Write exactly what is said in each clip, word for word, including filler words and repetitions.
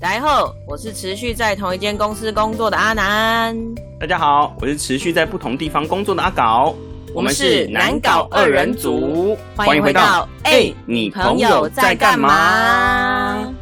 大家好，我是持续在同一间公司工作的阿南。 大家好，我是持续在不同地方工作的阿搞。 我们是难搞二人组，欢迎回到哎，你朋友在干嘛？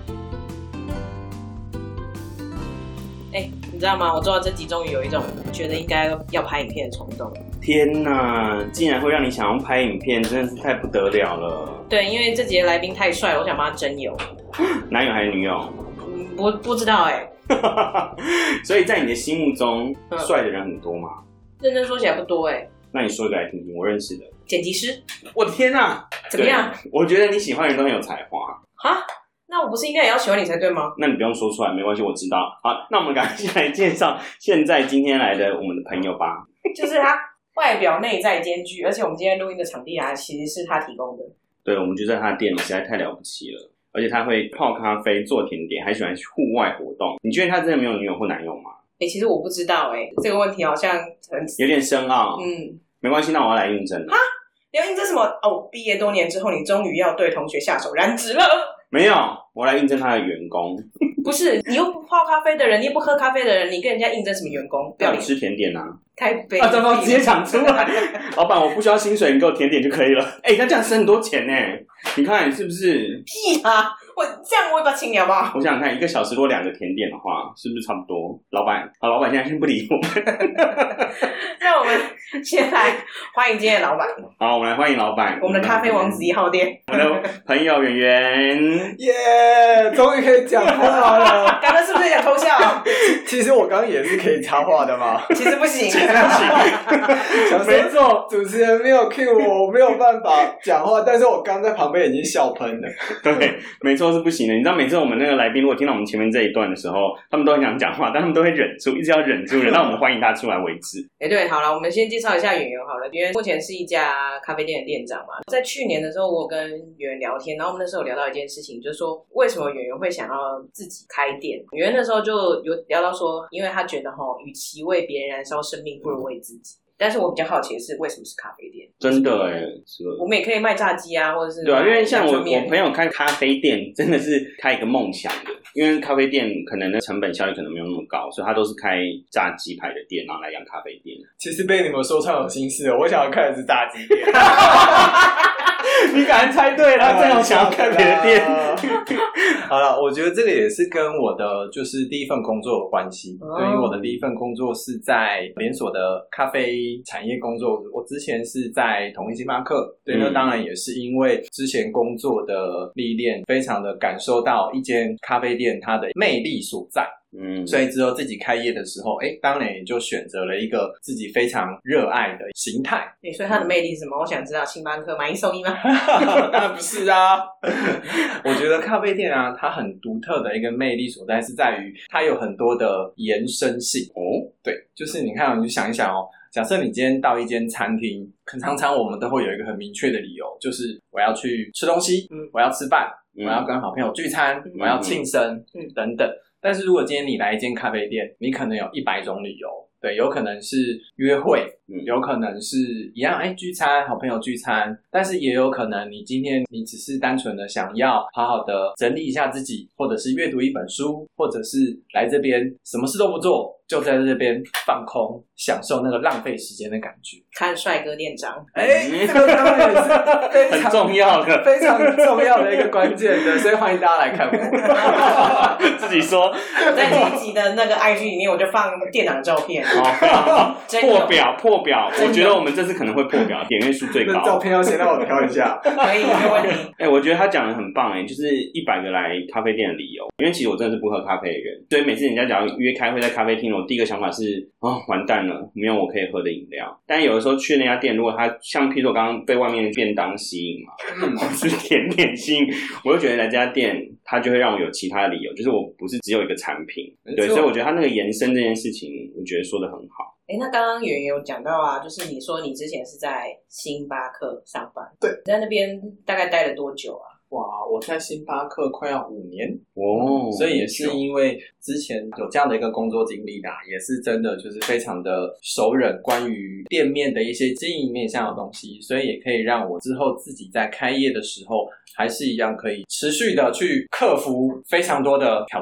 哎，你知道吗？我做到这集，终于有一种觉得应该要拍影片的冲动。 天哪，竟然会让你想要拍影片，真的是太不得了了。 对，因为这集的来宾太帅了，我想帮他征友。 男友还是女友？ 嗯，不不知道哎、 欸。所以在你的心目中，帅、嗯、的人很多吗？ 认真说起来不多哎、欸。 那你说一个来听听，我认识的剪辑师。 我的天哪， 怎么样？ 我觉得你喜欢的人都很有才华。 哈？那我不是应该也要喜欢你才对吗？ 那你不用说出来，没关系，我知道。好，那我们赶快来介绍现在今天来的我们的朋友吧。 就是他外表内在兼具，而且我们今天录音的场地啊，其实是他提供的。 对，我们就在他店里，实在太了不起了。而且他会泡咖啡、做甜点，还喜欢户外活动。你觉得他真的没有女友或男友吗？ 哎、欸，其实我不知道哎、欸，这个问题好像很有点深奥。 嗯， 没关系，那我要来应征。 哈，你要应征什么？哦，毕业多年之后，你终于要对同学下手染指了。 没有，我来应征他的员工。 不是，你又不泡咖啡的人，你又不喝咖啡的人，你跟人家应征什么员工？ 不要吃甜点啊！ 太悲啊！糟糕，直接讲出来。老板，我不需要薪水，你给我甜点就可以了。哎、欸，他这样省很多钱呢。你看是不是？ 屁啊！我这样我也不请你好不好？ 我想想看，一个小时如果两个甜点的话，是不是差不多？老板，好，老板现在先不理我们。 那我们先来欢迎今天的老板。 好，我们来欢迎老板。 我们的咖啡王子一号店。 我们的朋友圆圆。 耶，终于可以讲话了。 刚刚是不是想偷笑？ 其实我刚刚也是可以插话的嘛。 其实不行。 其实不行。没错， 主持人没有 cue 我，我没有办法讲话，但是我刚在旁边已经笑喷了。 对，没错是不行的。你知道每次我们那个来宾如果听到我们前面这一段的时候，他们都很想讲话，但他们都会忍住，一直要忍住，忍到我们欢迎他出来为止。 哎、欸，对，好了，我们先介绍一下圆圆好了。圆圆目前是一家咖啡店的店长嘛。在去年的时候，我跟圆圆聊天，然后我们那时候有聊到一件事情，就是说为什么圆圆会想要自己开店。圆圆那时候就有聊到说，因为他觉得齁，与其为别人燃烧生命，不如为自己。但是我比较好奇的是，为什么是咖啡店？ 真的哎，是我们也可以卖炸鸡啊，或者是对啊，因为像我我朋友开咖啡店，真的是开一个梦想的。因为咖啡店可能的成本效益可能没有那么高，所以他都是开炸鸡排的店，然后来养咖啡店。 其实被你们说穿有心事了，我想要开的是炸鸡店。 你敢然猜对了，正好想要开别的店。 好了，我觉得这个也是跟我的就是第一份工作有关系。哦、因为我的第一份工作是在连锁的咖啡产业工作，我之前是在统一星巴克。对，那当然也是因为之前工作的历练，非常的感受到一间咖啡店它的魅力所在。嗯，所以之后自己开业的时候，哎，当然也就选择了一个自己非常热爱的形态。 欸、所以它的魅力是什么？我想知道，星巴克买一送一吗？ 当然不是啊。我觉得咖啡店啊，它很独特的一个魅力所在是在于它有很多的延伸性。哦，对，就是你看，你就想一想哦，假设你今天到一间餐厅，常常我们都会有一个很明确的理由，就是我要去吃东西，嗯，我要吃饭，嗯、我要跟好朋友聚餐，嗯、我要庆生，嗯，等等。但是如果今天你来一间咖啡店，你可能有一百种理由。对，有可能是约会，嗯，有可能是一样哎聚餐，好朋友聚餐，但是也有可能你今天你只是单纯的想要好好的整理一下自己，或者是阅读一本书，或者是来这边什么事都不做，就在这边放空，享受那个浪费时间的感觉。 看帅哥店长， 哎，这个当然也是非常很重要的， 非常重要的一个关键的，所以欢迎大家来看我。 自己说， 在这一集的那个 I G 里面，我就放店长的照片。 哦、破表破表，我觉得我们这次可能会破表，点阅数最高。 那照片要先让我挑一下。 可以，没问题。 哎、欸，我觉得他讲的很棒哎，就是一百个来咖啡店的理由。因为其实我真的是不喝咖啡的人，所以每次人家只要约开会在咖啡厅，我第一个想法是哦，完蛋了，没有我可以喝的饮料。但有的时候去那家店，如果他像譬如我刚刚被外面的便当吸引嘛，嗯，或是甜点吸引，我就觉得来这家店，他就会让我有其他的理由，就是我不是只有一个产品。对，所以我觉得他那个延伸这件事情，我觉得说得很好。 哎，那刚刚圆圆有讲到啊，就是你说你之前是在星巴克上班， 对， 你在那边大概待了多久啊？ 哇，我在星巴克快要五年哦， 所以也是因为之前有这样的一个工作经历啦，也是真的就是非常的熟稔关于店面的一些经营面向的东西，所以也可以让我之后自己在开业的时候还是一样可以持续的去克服非常多的挑战。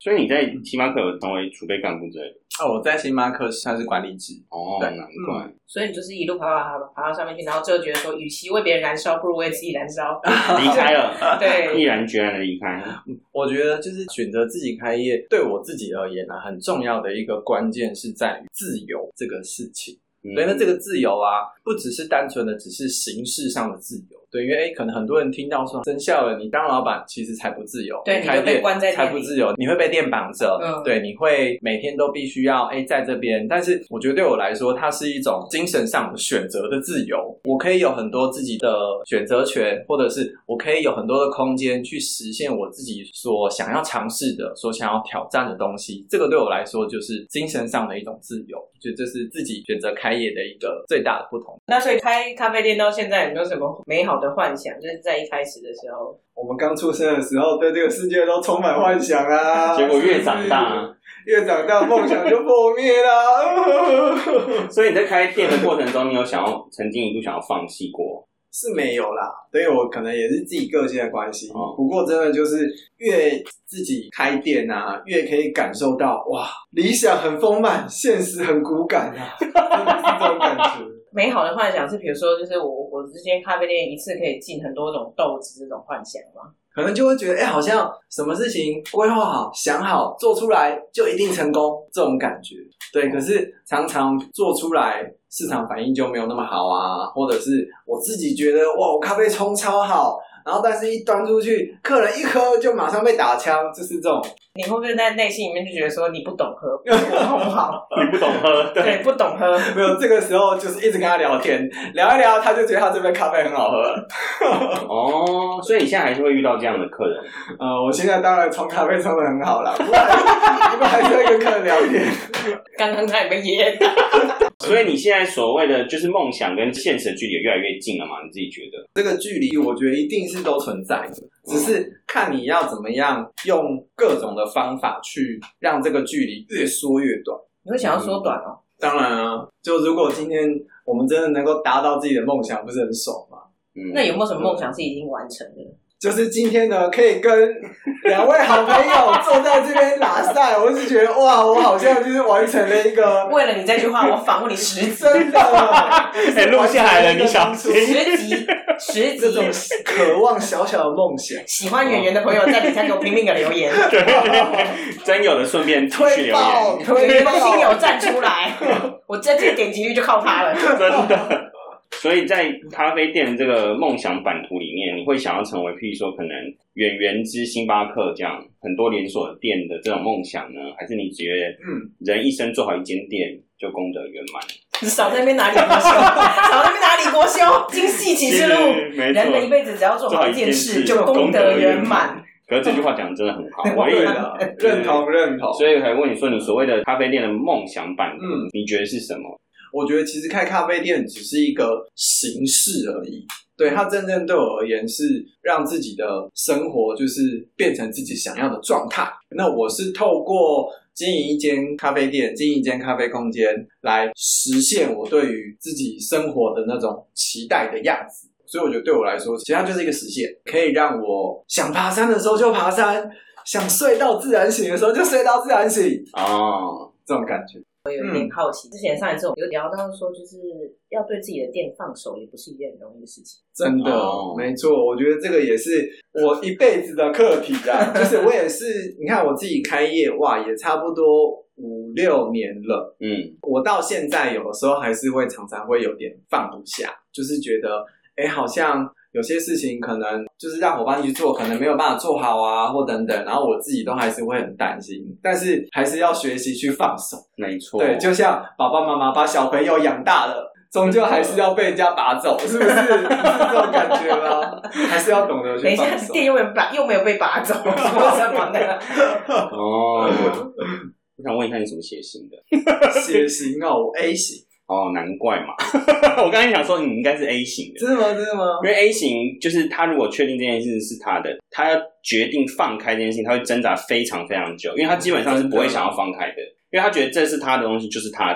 所以你在星巴克有成为储备干部之类的？ 哦，我在星巴克算是管理职。 哦，难怪、 嗯。所以你就是一路爬爬爬爬到上面去，然后最后觉得说，与其为别人燃烧，不如为自己燃烧， 离开了， 对， 毅然决然的离开。 我觉得就是选择自己开业，对我自己而言啊，很重要的一个关键是在于自由这个事情。 嗯、 所以呢，这个自由啊，不只是单纯的只是形式上的自由。对，因为诶可能很多人听到说生效了，你当老板其实才不自由， 对， 你开店才不自由， 你会被店绑着，嗯、对，你会每天都必须要诶在这边。但是我觉得对我来说，它是一种精神上的选择的自由，我可以有很多自己的选择权，或者是我可以有很多的空间去实现我自己所想要尝试的、所想要挑战的东西。这个对我来说就是精神上的一种自由，我觉得这是自己选择开业的一个最大的不同。 那所以开咖啡店到现在有没有什么美好的幻想？就是在一开始的时候， 我们刚出生的时候对这个世界都充满幻想啊， 结果越长大越长大梦想就破灭啦。 所以你在开店的过程中，你有想要曾经一度想要放弃过？ 是没有啦，所以我可能也是自己个性的关系、哦、不过真的就是越自己开店啊，越可以感受到哇，理想很丰满，现实很骨感啊，真的是这种感觉。 美好的幻想是比如说就是我我这间咖啡店一次可以进很多种豆子这种幻想吗？ 可能就会觉得哎、欸，好像什么事情规划好想好做出来就一定成功，这种感觉。对，可是常常做出来市场反应就没有那么好啊，或者是我自己觉得哇，我咖啡冲超好，然后但是一端出去客人一喝就马上被打枪，就是这种。 你会不会在内心里面就觉得说你不懂喝，我弄不好你不懂喝，对， 对，不懂喝。 没有，这个时候就是一直跟他聊天，聊一聊他就觉得他这杯咖啡很好喝。 哦，所以你现在还是会遇到这样的客人？ 呃，我现在当然冲咖啡冲得很好啦，不过不过还是会跟客人聊天。 刚刚在里面噎到。 所以你现在所谓的就是梦想跟现实的距离越来越近了嘛？你自己觉得？ 这个距离我觉得一定是都存在的，只是看你要怎么样用各种的方法去让这个距离越缩越短。 你会想要缩短哦？ 嗯、当然啊，就如果今天我们真的能够达到自己的梦想，不是很爽吗？ 嗯，那有没有什么梦想是已经完成的？ 就是今天呢，可以跟两位好朋友坐在这边拉赛，我是觉得哇，我好像就是完成了一个。 为了你这句话，我访问你十集， 真的， 哎，录下来了，你小心。 十集，十集， 这种渴望小小的梦想。 喜欢演员的朋友在底下给我拼命的留言， 对，真有的顺便推爆，推爆， 亲友站出来，我这次点击率就靠他了， 真的。所以在咖啡店这个梦想版图里面，你会想要成为譬如说可能远远之星巴克这样很多连锁店的这种梦想呢？还是你觉得嗯，人一生做好一间店就功德圆满？ 你少在那边拿李国修，少在那边拿李国修，经细起之路，人的一辈子只要做好一件事就功德圆满。 可是这句话讲的真的很好， 我也认同认同。 所以我才问你说，你所谓的咖啡店的梦想版图，嗯，你觉得是什么？ 我觉得其实开咖啡店只是一个形式而已，对，它真正对我而言是让自己的生活就是变成自己想要的状态。那我是透过经营一间咖啡店，经营一间咖啡空间来实现我对于自己生活的那种期待的样子。所以我觉得对我来说，其实它就是一个实现，可以让我想爬山的时候就爬山，想睡到自然醒的时候就睡到自然醒哦，这种感觉。 我有一点好奇、嗯、之前上一次我有聊到说就是要对自己的店放手也不是一件很容易的事情， 真的、哦、没错，我觉得这个也是我一辈子的课题啊就是我也是你看我自己开业哇也差不多五六年了，嗯，我到现在有的时候还是会常常会有点放不下，就是觉得哎，好像有些事情可能就是让伙伴去做，可能没有办法做好啊，或等等，然后我自己都还是会很担心，但是还是要学习去放手。 没错， 对，就像爸爸妈妈把小朋友养大了，终究还是要被人家拔走，是不是？是这种感觉吗？还是要懂得去放手。 等一下，店又没有拔，又没有被拔走，为什么呢？ 哦，我想问一下你什么血型的？ 血型哦，我 A 型。 哦，难怪嘛！我刚才想说你应该是 A 型的， 真的吗？真的吗？ 因为 A 型就是他如果确定这件事是他的，他要决定放开这件事情，他会挣扎非常非常久，因为他基本上是不会想要放开的，因为他觉得这是他的东西就是他的了。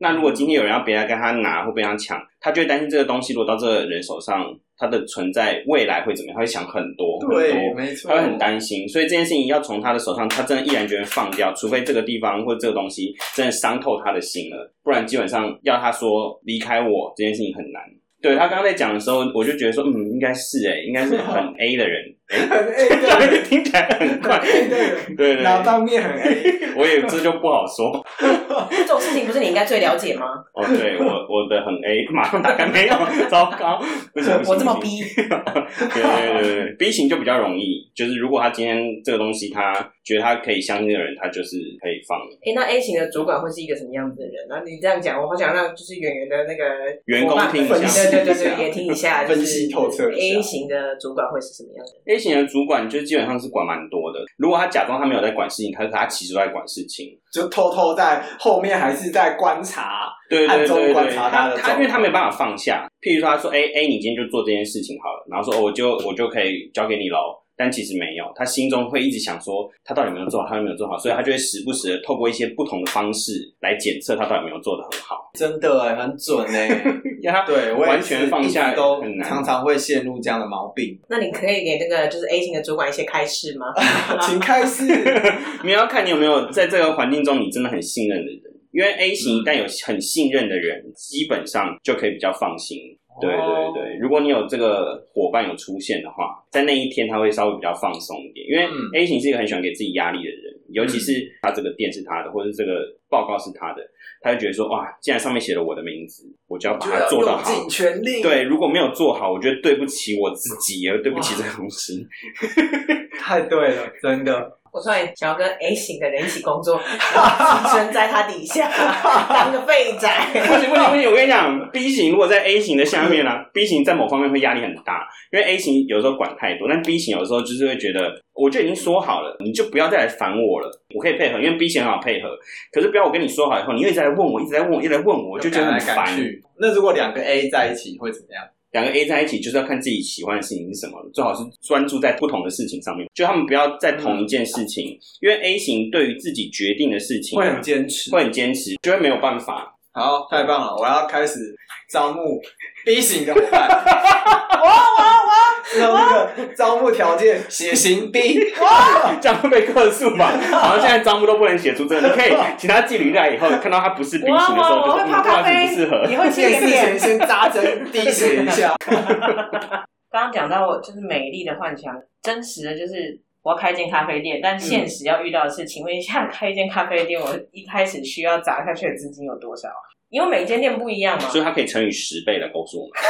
那如果今天有人要别人跟他拿或被他抢，他就会担心这个东西如果到这个人手上，它的存在未来会怎么样？他会想很多很对， 多， 没错， 他会很担心。所以这件事情要从他的手上，他真的毅然决然放掉，除非这个地方或这个东西真的伤透他的心了，不然基本上要他说离开我这件事情很难。对，他刚刚在讲的时候，我就觉得说，嗯，应该是诶、欸、应该是很 A 的人，欸、 很 A 的人， 听起来很怪， 很 A 的人， 对 对, 对， 哪方面很 A？ 我也这就不好说。 这种事情不是你应该最了解吗？ 哦，对我我的很 A， 马上大概没有，糟糕，不行不行， 我这么 B， 对对对对 ，B 型就比较容易，就是如果他今天这个东西他觉得他可以相信的人，他就是可以放。 哎，那 A 型的主管会是一个什么样子的人？那你这样讲，我好想让就是演员的那个员工听一下， 对对对对，也听一下， 分析透彻一下 A 型的主管会是什么样的 ？A 型的主管就基本上是管蛮多的。如果他假装他没有在管事情，可是他其实都在管事情， 就偷偷在后面还是在观察， 对对对对对， 暗中观察他的他因为他没办法放下。譬如说，他说：“哎哎，你今天就做这件事情好了。”然后说：“哦，我就我就可以交给你喽。”但其实没有，他心中会一直想说他到底有没有做好，他有没有做好，所以他就会时不时的透过一些不同的方式来检测他到底有没有做得很好。 真的耶，很准哎， 因为他对， 完全放下都很难， 常常会陷入这样的毛病。 那你可以给那个就是 A 型的主管一些开示吗？ 请开示。 你要看你有没有在这个环境中你真的很信任的人，因为 A 型一旦有很信任的人，基本上就可以比较放心。对对对，如果你有这个伙伴有出现的话，在那一天他会稍微比较放松一点，因为 A 型是一个很喜欢给自己压力的人，尤其是他这个店是他的，或者是这个报告是他的，他就觉得说哇，既然上面写了我的名字，我就要把它做到好， 用尽全力。 对，如果没有做好，我觉得对不起我自己，也对不起这个公司。 太对了，真的。 我突然想要跟 A 型的人一起工作，寄生在他底下当个废宅。 不行不行不行，我跟你讲 ，B 型如果在 A 型的下面啊 ，B 型在某方面会压力很大，因为 A 型有时候管太多，但 B 型有时候就是会觉得，我就已经说好了，你就不要再来烦我了，我可以配合，因为 B 型很好配合，可是不要我跟你说好以后，你又一直在问我，一直在问我，一直在问我，我就觉得很烦。 那如果两个 A 在一起会怎么样？ 两个 A 在一起就是要看自己喜欢的事情是什么，最好是专注在不同的事情上面，就他们不要在同一件事情，嗯、因为 A 型对于自己决定的事情会很坚持， 会很坚持，就会没有办法。 好，太棒了！我要开始招募 B 型的伙伴。 我我我， 让那个招募条件血型 B， 这样会被客诉吧？好像现在招募都不能写出这个，你可以请他寄履历以后，看到他不是 B 型的时候，就是泡咖啡不适合。 你会面试前先扎针滴血一下。 刚刚讲到就是美丽的幻想，真实的就是我要开一间咖啡店，但现实要遇到的是，嗯、请问一下，开一间咖啡店，我一开始需要砸下去的资金有多少？因为每间店不一样嘛， 所以它可以乘以十倍来告诉我们。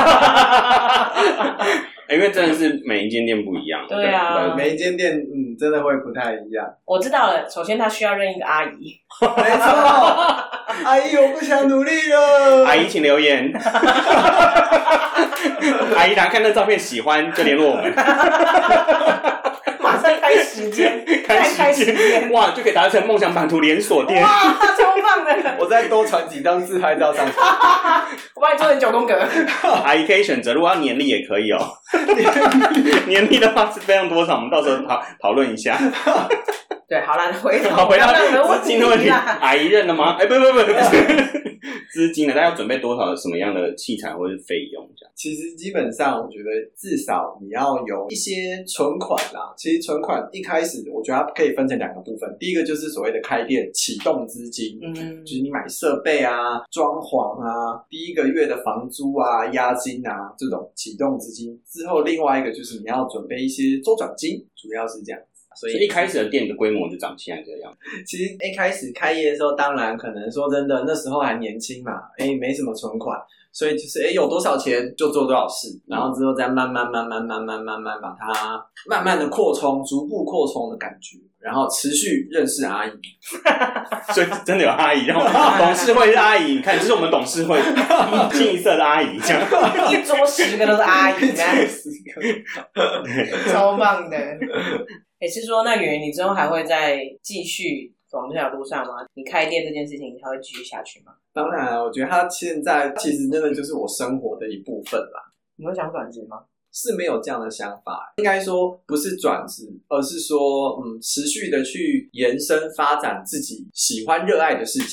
因为真的是每一间店不一样。 对啊， 每一间店嗯真的会不太一样。 我知道了，首先他需要认一个阿姨。 没错，阿姨我不想努力了。 阿姨请留言。阿姨打看那照片喜欢就联络我们。 马上开时间，再开时间， 哇，就可以达成梦想版图连锁店， 哇，超棒的！ 我再多传几张自拍照上去， 我帮你做成九宫格。 阿姨可以选择，如果要年历也可以哦。年历的话是费用多少？我们到时候讨讨论一下。 对，好啦，回好回到资金的问题，阿姨认了吗？哎、欸，不不不不，资金呢？大家要准备多少什么样的器材或是费用？这样， 其实基本上，我觉得至少你要有一些存款啦。其实存款一开始，我觉得它可以分成两个部分。第一个就是所谓的开店启动资金，嗯，就是你买设备啊、装潢啊、第一个月的房租啊、押金啊这种启动资金。之后另外一个就是你要准备一些周转金，主要是这样。 所以一开始的店的规模就长现在这样。 其实一开始开业的时候，当然可能说真的，那时候还年轻嘛，哎，没什么存款，所以就是哎有多少钱就做多少事，然后之后再慢慢慢慢慢慢慢慢把它慢慢的扩充，逐步扩充的感觉，然后持续认识阿姨。 所以真的有阿姨，然后董事会是阿姨，你看这是我们董事会清一色的阿姨，这样一桌十个都是阿姨，一桌十个，超棒的。也、欸、是说，那圆圆，你之后还会再继续走这条路上吗？你开店这件事情，你还会继续下去吗？ 当然，我觉得它现在其实真的就是我生活的一部分啦。 你会想转职吗？ 是没有这样的想法，应该说不是转职，而是说，嗯，持续的去延伸发展自己喜欢热爱的事情。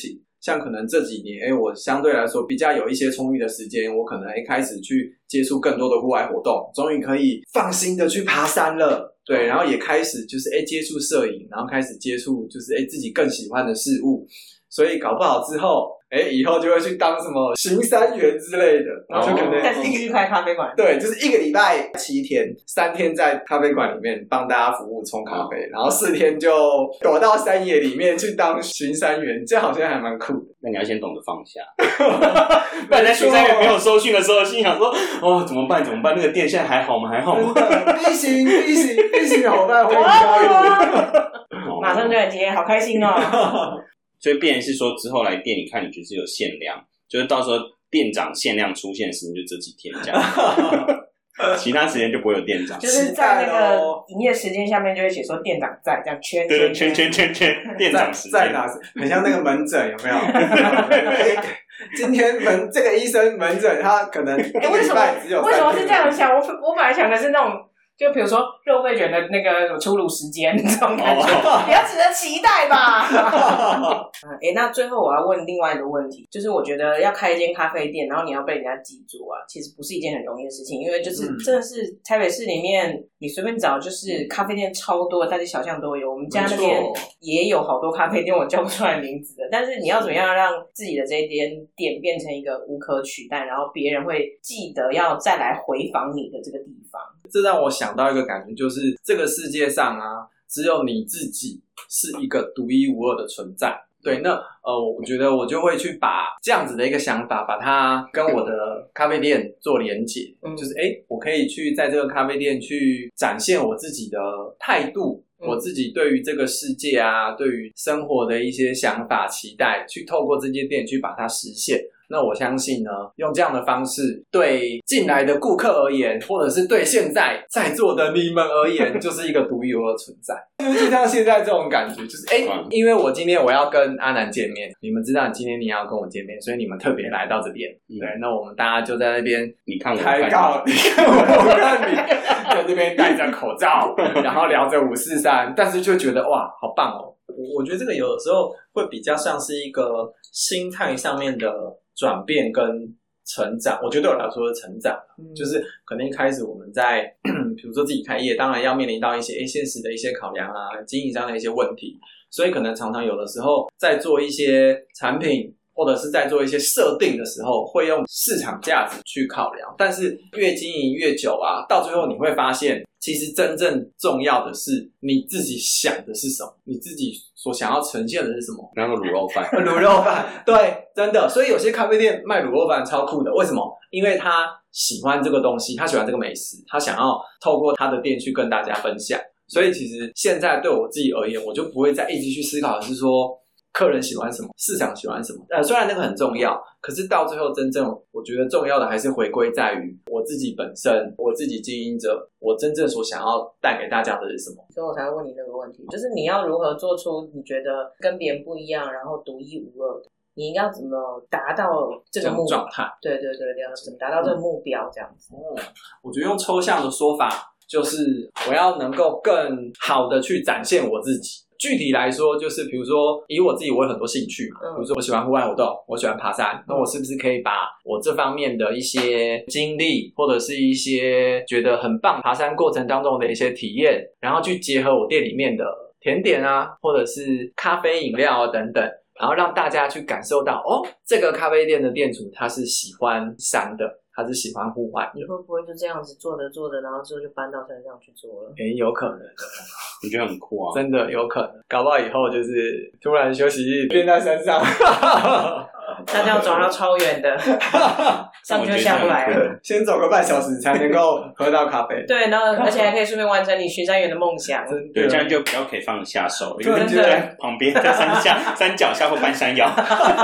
像可能这几年，哎，我相对来说比较有一些充裕的时间，我可能哎开始去接触更多的户外活动，终于可以放心的去爬山了。对，然后也开始就是哎接触摄影，然后开始接触就是哎自己更喜欢的事物，所以搞不好之后，哎以后就会去当什么巡山员之类的，然后就可能但是继续开咖啡馆。 对，就是一个礼拜七天，三天在咖啡馆里面帮大家服务冲咖啡，然后四天就躲到山野里面去当巡山员，这样好像还蛮酷的。 那你要先懂得放下，不然在巡山员没有收讯的时候，心想说哦怎么办怎么办？那个店现在还好吗？还好吗？ 不行不行不行，伙伴，欢迎加入，马上就来接，好开心哦！ 所以变成是说之后来店里看，你就是有限量，就是到时候店长限量出现的时间就这几天这样，其他时间就不会有店长。 就是在那个营业时间下面就会写说店长在，这样圈对圈圈圈圈，店长时间在哪？很像那个门诊有没有？今天门这个医生门诊他可能一个礼拜只有三天。 为什么是这样想？我我本来想的是那种。就比如说肉桂卷的那个出炉时间这种感觉，比较值得期待吧。哎、欸，那最后我要问另外一个问题，就是我觉得要开一间咖啡店，然后你要被人家记住啊，其实不是一件很容易的事情，因为就是真的是台北市里面，你随便找就是咖啡店超多，大街小巷都有。我们家那边也有好多咖啡店，我叫不出来名字的。但是你要怎么样让自己的这一间店变成一个无可取代，然后别人会记得要再来回访你的这个地方？ 这让我想到一个感觉，就是这个世界上啊，只有你自己是一个独一无二的存在。对，那呃，我觉得我就会去把这样子的一个想法，把它跟我的咖啡店做连结，嗯、就是哎，我可以去在这个咖啡店去展现我自己的态度，嗯、我自己对于这个世界啊，对于生活的一些想法、期待，去透过这间店去把它实现。那我相信呢，用这样的方式对进来的顾客而言，或者是对现在在座的你们而言，就是一个独一无二的存在。就像现在这种感觉，就是哎、欸，因为我今天我要跟阿南见面，你们知道今天你要跟我见面，所以你们特别来到这边。嗯、对，那我们大家就在那边你看我开告，你看我看你，在那边戴着口罩，然后聊着五四三，但是就觉得哇，好棒哦！ 我觉得这个有的时候会比较像是一个心态上面的转变跟成长，我觉得对我来说是成长，嗯、就是可能一开始我们在比如说自己开业，当然要面临到一些诶现实的一些考量啊，经营上的一些问题，所以可能常常有的时候在做一些产品或者是在做一些设定的时候，会用市场价值去考量，但是越经营越久啊，到最后你会发现，其实真正重要的是你自己想的是什么，你自己所想要呈现的是什么。 那个卤肉饭， 卤肉饭，对，真的。所以有些咖啡店卖卤肉饭超酷的，为什么？因为他喜欢这个东西，他喜欢这个美食，他想要透过他的店去跟大家分享。所以其实现在对我自己而言，我就不会再一直去思考的是说客人喜欢什么，市场喜欢什么。呃，虽然那个很重要，可是到最后真正我觉得重要的还是回归在于我自己本身，我自己经营者，我真正所想要带给大家的是什么。 所以我才会问你那个问题，就是你要如何做出你觉得跟别人不一样，然后独一无二的，你要怎么达到这个目标状态？ 对对对，要怎么达到这个目标？这样子。 嗯，我觉得用抽象的说法，就是我要能够更好的去展现我自己。具体来说，就是比如说以我自己，我有很多兴趣嘛，比如说我喜欢户外活动，我喜欢爬山，那我是不是可以把我这方面的一些经历，或者是一些觉得很棒爬山过程当中的一些体验，然后去结合我店里面的甜点啊，或者是咖啡饮料啊等等，然后让大家去感受到，哦，这个咖啡店的店主他是喜欢山的，他是喜欢户外。 你会不会就这样子做着做着，然后之后就搬到山上去做了？ 诶，有可能。 你觉得很酷啊？ 真的有可能，搞不好以后就是突然休息日变在山上， 那这样走到超远的，上去就下不来了。 先走个半小时才能够喝到咖啡。 对，然后而且还可以顺便完成你巡山员的梦想。 对，这样就比较可以放下手，因为就在旁边，在山下、山脚下或半山腰，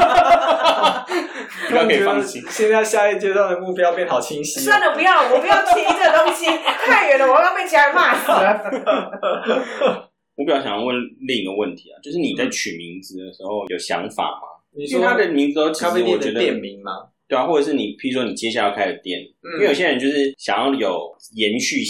比较可以放心。 现在下一阶段的目标变好清晰。 算了，不要，我不要提这东西，太远了，我要被家人骂死了。 我比较想要问另一个问题啊，就是你在取名字的时候有想法吗？ 你说因为他的名字都其实咖啡店的我觉得店名吗？ 对啊，或者是你，譬如说你接下来要开的店， 嗯、 因为有些人就是想要有延续性嘛，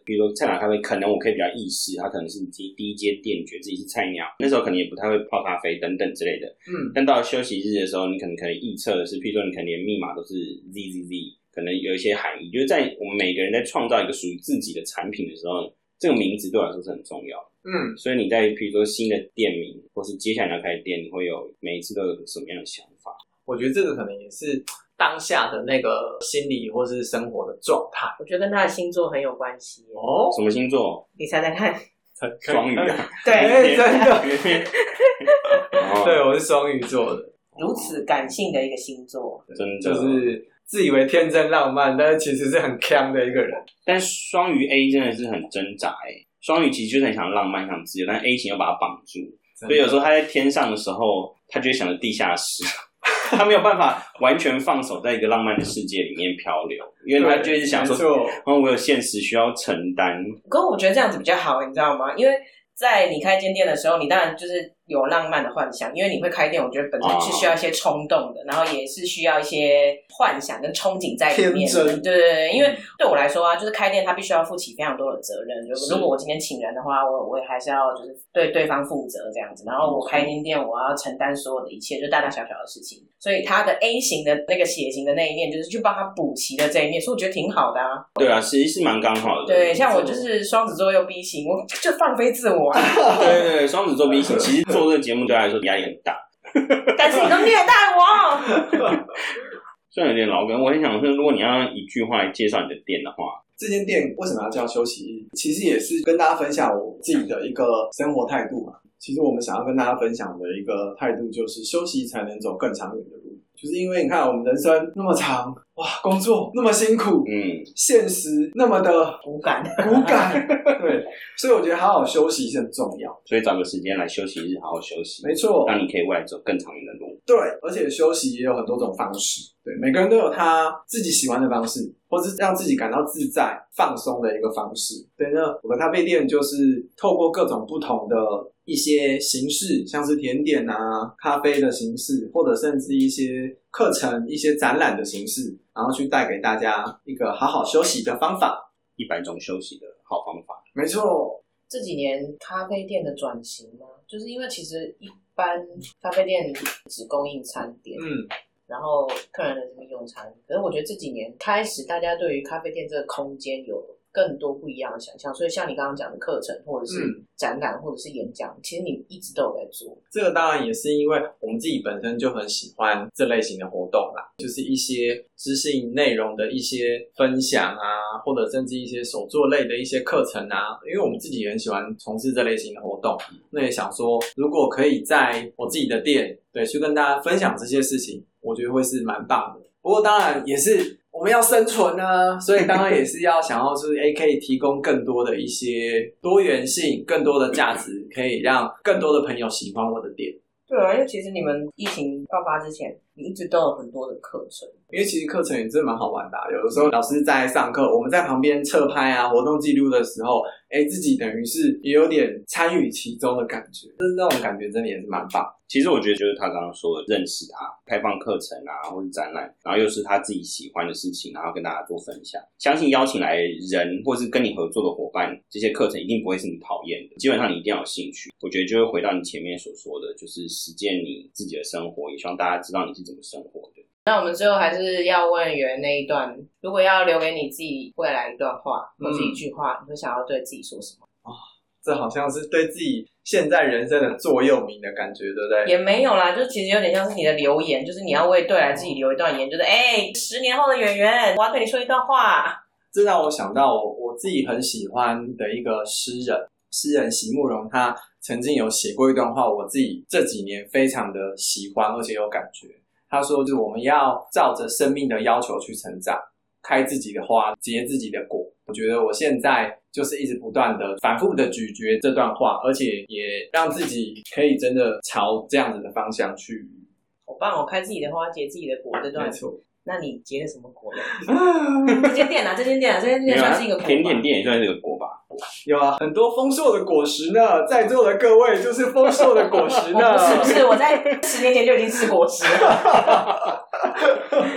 比如说菜鸟咖啡，可能我可以比较意识，他可能是第第一阶店，觉得自己是菜鸟，那时候可能也不太会泡咖啡等等之类的。嗯，但到了休息日的时候，你可能可能预测的是，譬如说你可能连密码都是 Z Z Z， 可能有一些含义，就是在我们每个人在创造一个属于自己的产品的时候，这个名字对我来说是很重要的。嗯，所以你在譬如说新的店名，或是接下来要开的店，你会有每一次都有什么样的想法？ 我觉得这个可能也是当下的那个心理或是生活的状态。 我觉得跟他的星座很有关系。 哦，什么星座？ 你猜猜看。 双鱼啊。 对， 真的。对，我是双鱼座的。 如此感性的一个星座， 真的就是自以为天真浪漫，但是其实是很强的一个人。 但双鱼 A 真的是很挣扎哎。双鱼其实就是很想浪漫、想自由，但 A 型又把它绑住，所以有时候他在天上的时候，他就会想着地下室，他没有办法完全放手在一个浪漫的世界里面漂流，因为他就一直想说，哦，我有现实需要承担。 可是我觉得这样子比较好，你知道吗？因为在你开间店的时候，你当然就是有浪漫的幻想，因为你会开店，我觉得本身是需要一些冲动的，然后也是需要一些幻想跟憧憬在里面的。对对对，因为对我来说啊，就是开店它必须要负起非常多的责任。就是如果我今天请人的话，我我也还是要就是对对方负责这样子。然后我开间店，我要承担所有的一切，就大大小小的事情。所以他的 A 型的那个血型的那一面，就是去帮他补齐的这一面，所以我觉得挺好的啊。 对啊，其实是蛮刚好的。 对，像我就是双子座又 B 型，我就放飞自我啊。 对对对，双子座 B 型，其实做这个节目对他来说压力很大。 但是你都虐待我。 虽然有点老梗，我很想说，如果你要用一句话来介绍你的店的话， 这间店为什么要叫休息日？其实也是跟大家分享我自己的一个生活态度嘛。其实我们想要跟大家分享的一个态度就是休息才能走更长远的路，就是因为你看我们人生那么长，哇，工作那么辛苦，嗯，现实那么的骨感骨感，对，所以我觉得好好休息是很重要， 所以找个时间来休息日好好休息， 没错， 让你可以未来走更长远的路。 对，而且休息也有很多种方式，对，每个人都有他自己喜欢的方式，或是让自己感到自在放松的一个方式。对，那我的咖啡店就是透过各种不同的一些形式，像是甜点啊、咖啡的形式，或者甚至一些课程、一些展览的形式，然后去带给大家一个好好休息的方法， 一百种休息的好方法。 没错， 这几年咖啡店的转型嘛，就是因为其实一般咖啡店只供应餐点，嗯，然后客人的这个用餐，可是我觉得这几年开始，大家对于咖啡店这个空间有更多不一样的想象，所以像你刚刚讲的课程或者是展览或者是演讲，嗯，其实你一直都有在做。 这个当然也是因为我们自己本身就很喜欢这类型的活动啦，就是一些知性内容的一些分享啊，或者甚至一些手作类的一些课程啊，因为我们自己也很喜欢从事这类型的活动，那也想说如果可以在我自己的店对去跟大家分享这些事情，我觉得会是蛮棒的。不过当然也是我们要生存啊，所以当然也是要想要就是诶可以提供更多的一些多元性，更多的价值，可以让更多的朋友喜欢我的店。 对啊，因为其实你们疫情爆发之前，你一直都有很多的课程。 因为其实课程也真的蛮好玩的，啊，有的时候老师在上课，我们在旁边侧拍啊、活动记录的时候，哎，自己等于是也有点参与其中的感觉，就是那种感觉真的也是蛮棒。 其实我觉得就是他刚刚说的，认识他，开放课程啊，或者展览，然后又是他自己喜欢的事情，然后跟大家做分享。相信邀请来人或是跟你合作的伙伴，这些课程一定不会是你讨厌的，基本上你一定要有兴趣。我觉得就会回到你前面所说的，就是实践你自己的生活，也希望大家知道你是怎么生活的。 那我们最后还是要问袁那一段，如果要留给你自己未来一段话或是一句话，嗯，你会想要对自己说什么？ 哦，这好像是对自己现在人生的座右铭的感觉，对不对？ 也没有啦，就其实有点像是你的留言，就是你要为对来自己留一段言，就是哎，十年后的圆圆，我要对你说一段话。 这让我想到我我自己很喜欢的一个诗人，诗人席慕容，他曾经有写过一段话，我自己这几年非常的喜欢，而且有感觉。他说就是我们要照着生命的要求去成长，开自己的花，结自己的果。我觉得我现在就是一直不断的反复的咀嚼这段话，而且也让自己可以真的朝这样子的方向去。 好棒哦，开自己的花，结自己的果，这段没错。 那你结了什么果呢？这间店啊，这间店啊，这间店算是一个果吧。 甜点店也算是一个果吧。 有啊，很多丰硕的果实呢，在座的各位就是丰硕的果实呢。 不是不是，我在十年前就已经吃果实了。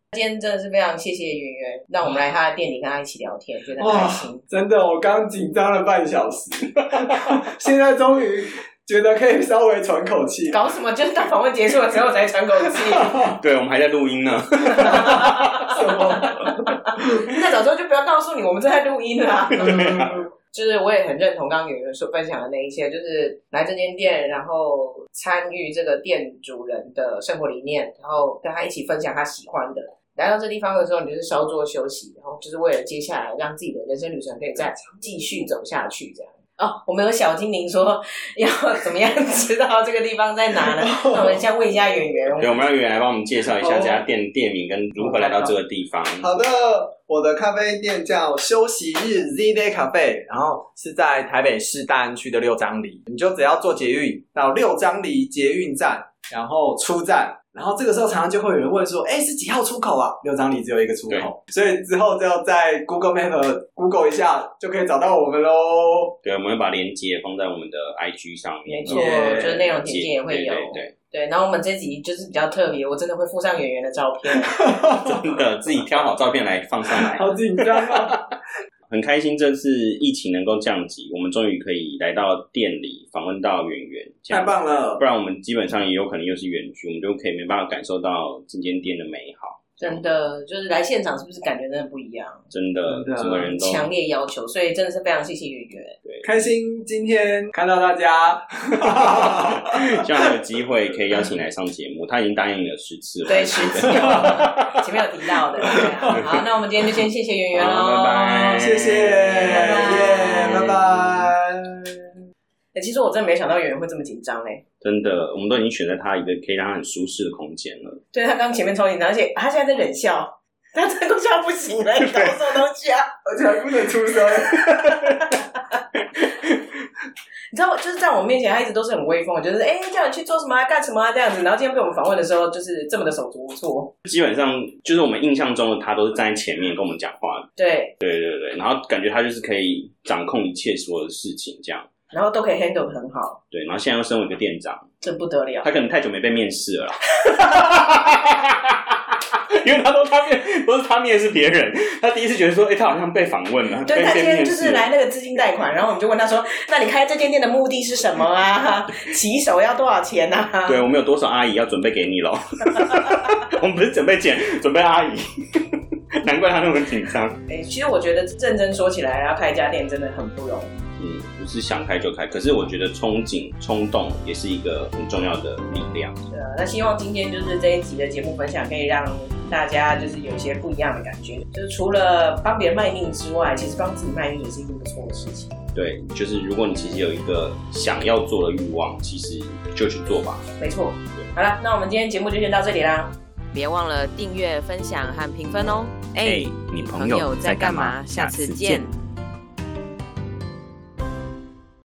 今天真的是非常谢谢圆圆，让我们来他的店里跟他一起聊天，觉得很开心。 真的，我刚紧张了半小时，现在终于觉得可以稍微喘口气。 搞什么？就是当访问结束的时候才喘口气。 对，我们还在录音呢。 什么？ 那早知道就不要告诉你，我们正在录音啦。就是我也很认同刚刚有人说分享的那一些，就是来这间店，然后参与这个店主人的生活理念，然后跟他一起分享他喜欢的。来到这地方的时候，你就是稍作休息，然后就是为了接下来让自己的人生旅程可以再继续走下去，这样。哦，我们有小精灵说要怎么样知道这个地方在哪呢？那我们先问一下圆圆。 对，我们让圆圆来帮我们介绍一下这家店店名跟如何来到这个地方。 好的，我的咖啡店叫休息日 Z Day Cafe， 然后是在台北市大安区的六张犁，你就只要坐捷运到六张犁捷运站，然后出站。然后这个时候常常就会有人问说，哎，是几号出口啊？六张犁只有一个出口，所以之后就要在 Google Map Google 一下就可以找到我们咯。 对，我们会把链接放在我们的 I G 上面。 没错，就是内容简介也会有。 对对对。 对，然后我们这集就是比较特别，我真的会附上圆圆的照片。 真的，自己挑好照片来放上来。 好紧张啊！ 很开心这次疫情能够降级，我们终于可以来到店里访问到圆圆， 太棒了！ 不然我们基本上也有可能又是远距，我们就可以没办法感受到这间店的美好。 真的，就是来现场是不是感觉真的不一样？ 真的，整个人都强烈要求，所以真的是非常谢谢圆圆。 对， 开心今天看到大家， 希望有机会可以邀请来上节目，他已经答应了十次了。 对，十次，前面有提到的。好，那我们今天就先谢谢圆圆喽， 拜拜， 谢谢，拜拜，拜拜。 欸、其实我真的没想到圆圆会这么紧张哎， 真的，我们都已经选在他一个可以让他很舒适的空间了。 对，他刚刚前面超紧张，而且他现在在忍笑，他真的笑不行了，你搞什么东西啊？ 而且还不能出声。 你知道，就是在我面前，他一直都是很威风，就是哎、欸，叫你去做什么啊，干什么啊这样子。然后今天被我们访问的时候，就是这么的手足无措。 基本上就是我们印象中的他都是站在前面跟我们讲话的。 对， 对对对，然后感觉他就是可以掌控一切所有的事情这样。 然后都可以 handle 得很好。 对，然后现在又身为一个店长， 这不得了。 他可能太久没被面试了啦。因为他都他面都是他面试别人，他第一次觉得说，哎、欸，他好像被访问了。 对，他今天就是来那个资金贷款，然后我们就问他说，那你开这间店的目的是什么啊？起手要多少钱啊？ 对，我们有多少阿姨要准备给你咯。我们不是准备钱，准备阿姨。难怪他那么紧张。 欸，其实我觉得认真说起来，要开一家店真的很不容易。 嗯，不是想开就开，可是我觉得憧憬、冲动也是一个很重要的力量。 对啊，那希望今天就是这一集的节目分享，可以让大家就是有一些不一样的感觉。就是除了帮别人卖命之外，其实帮自己卖命也是一件不错的事情。 对，就是如果你其实有一个想要做的欲望，其实就去做吧。 没错。好了，那我们今天节目就先到这里啦。别忘了订阅、分享和评分哦。哎、欸， 你朋友在干嘛？下次见。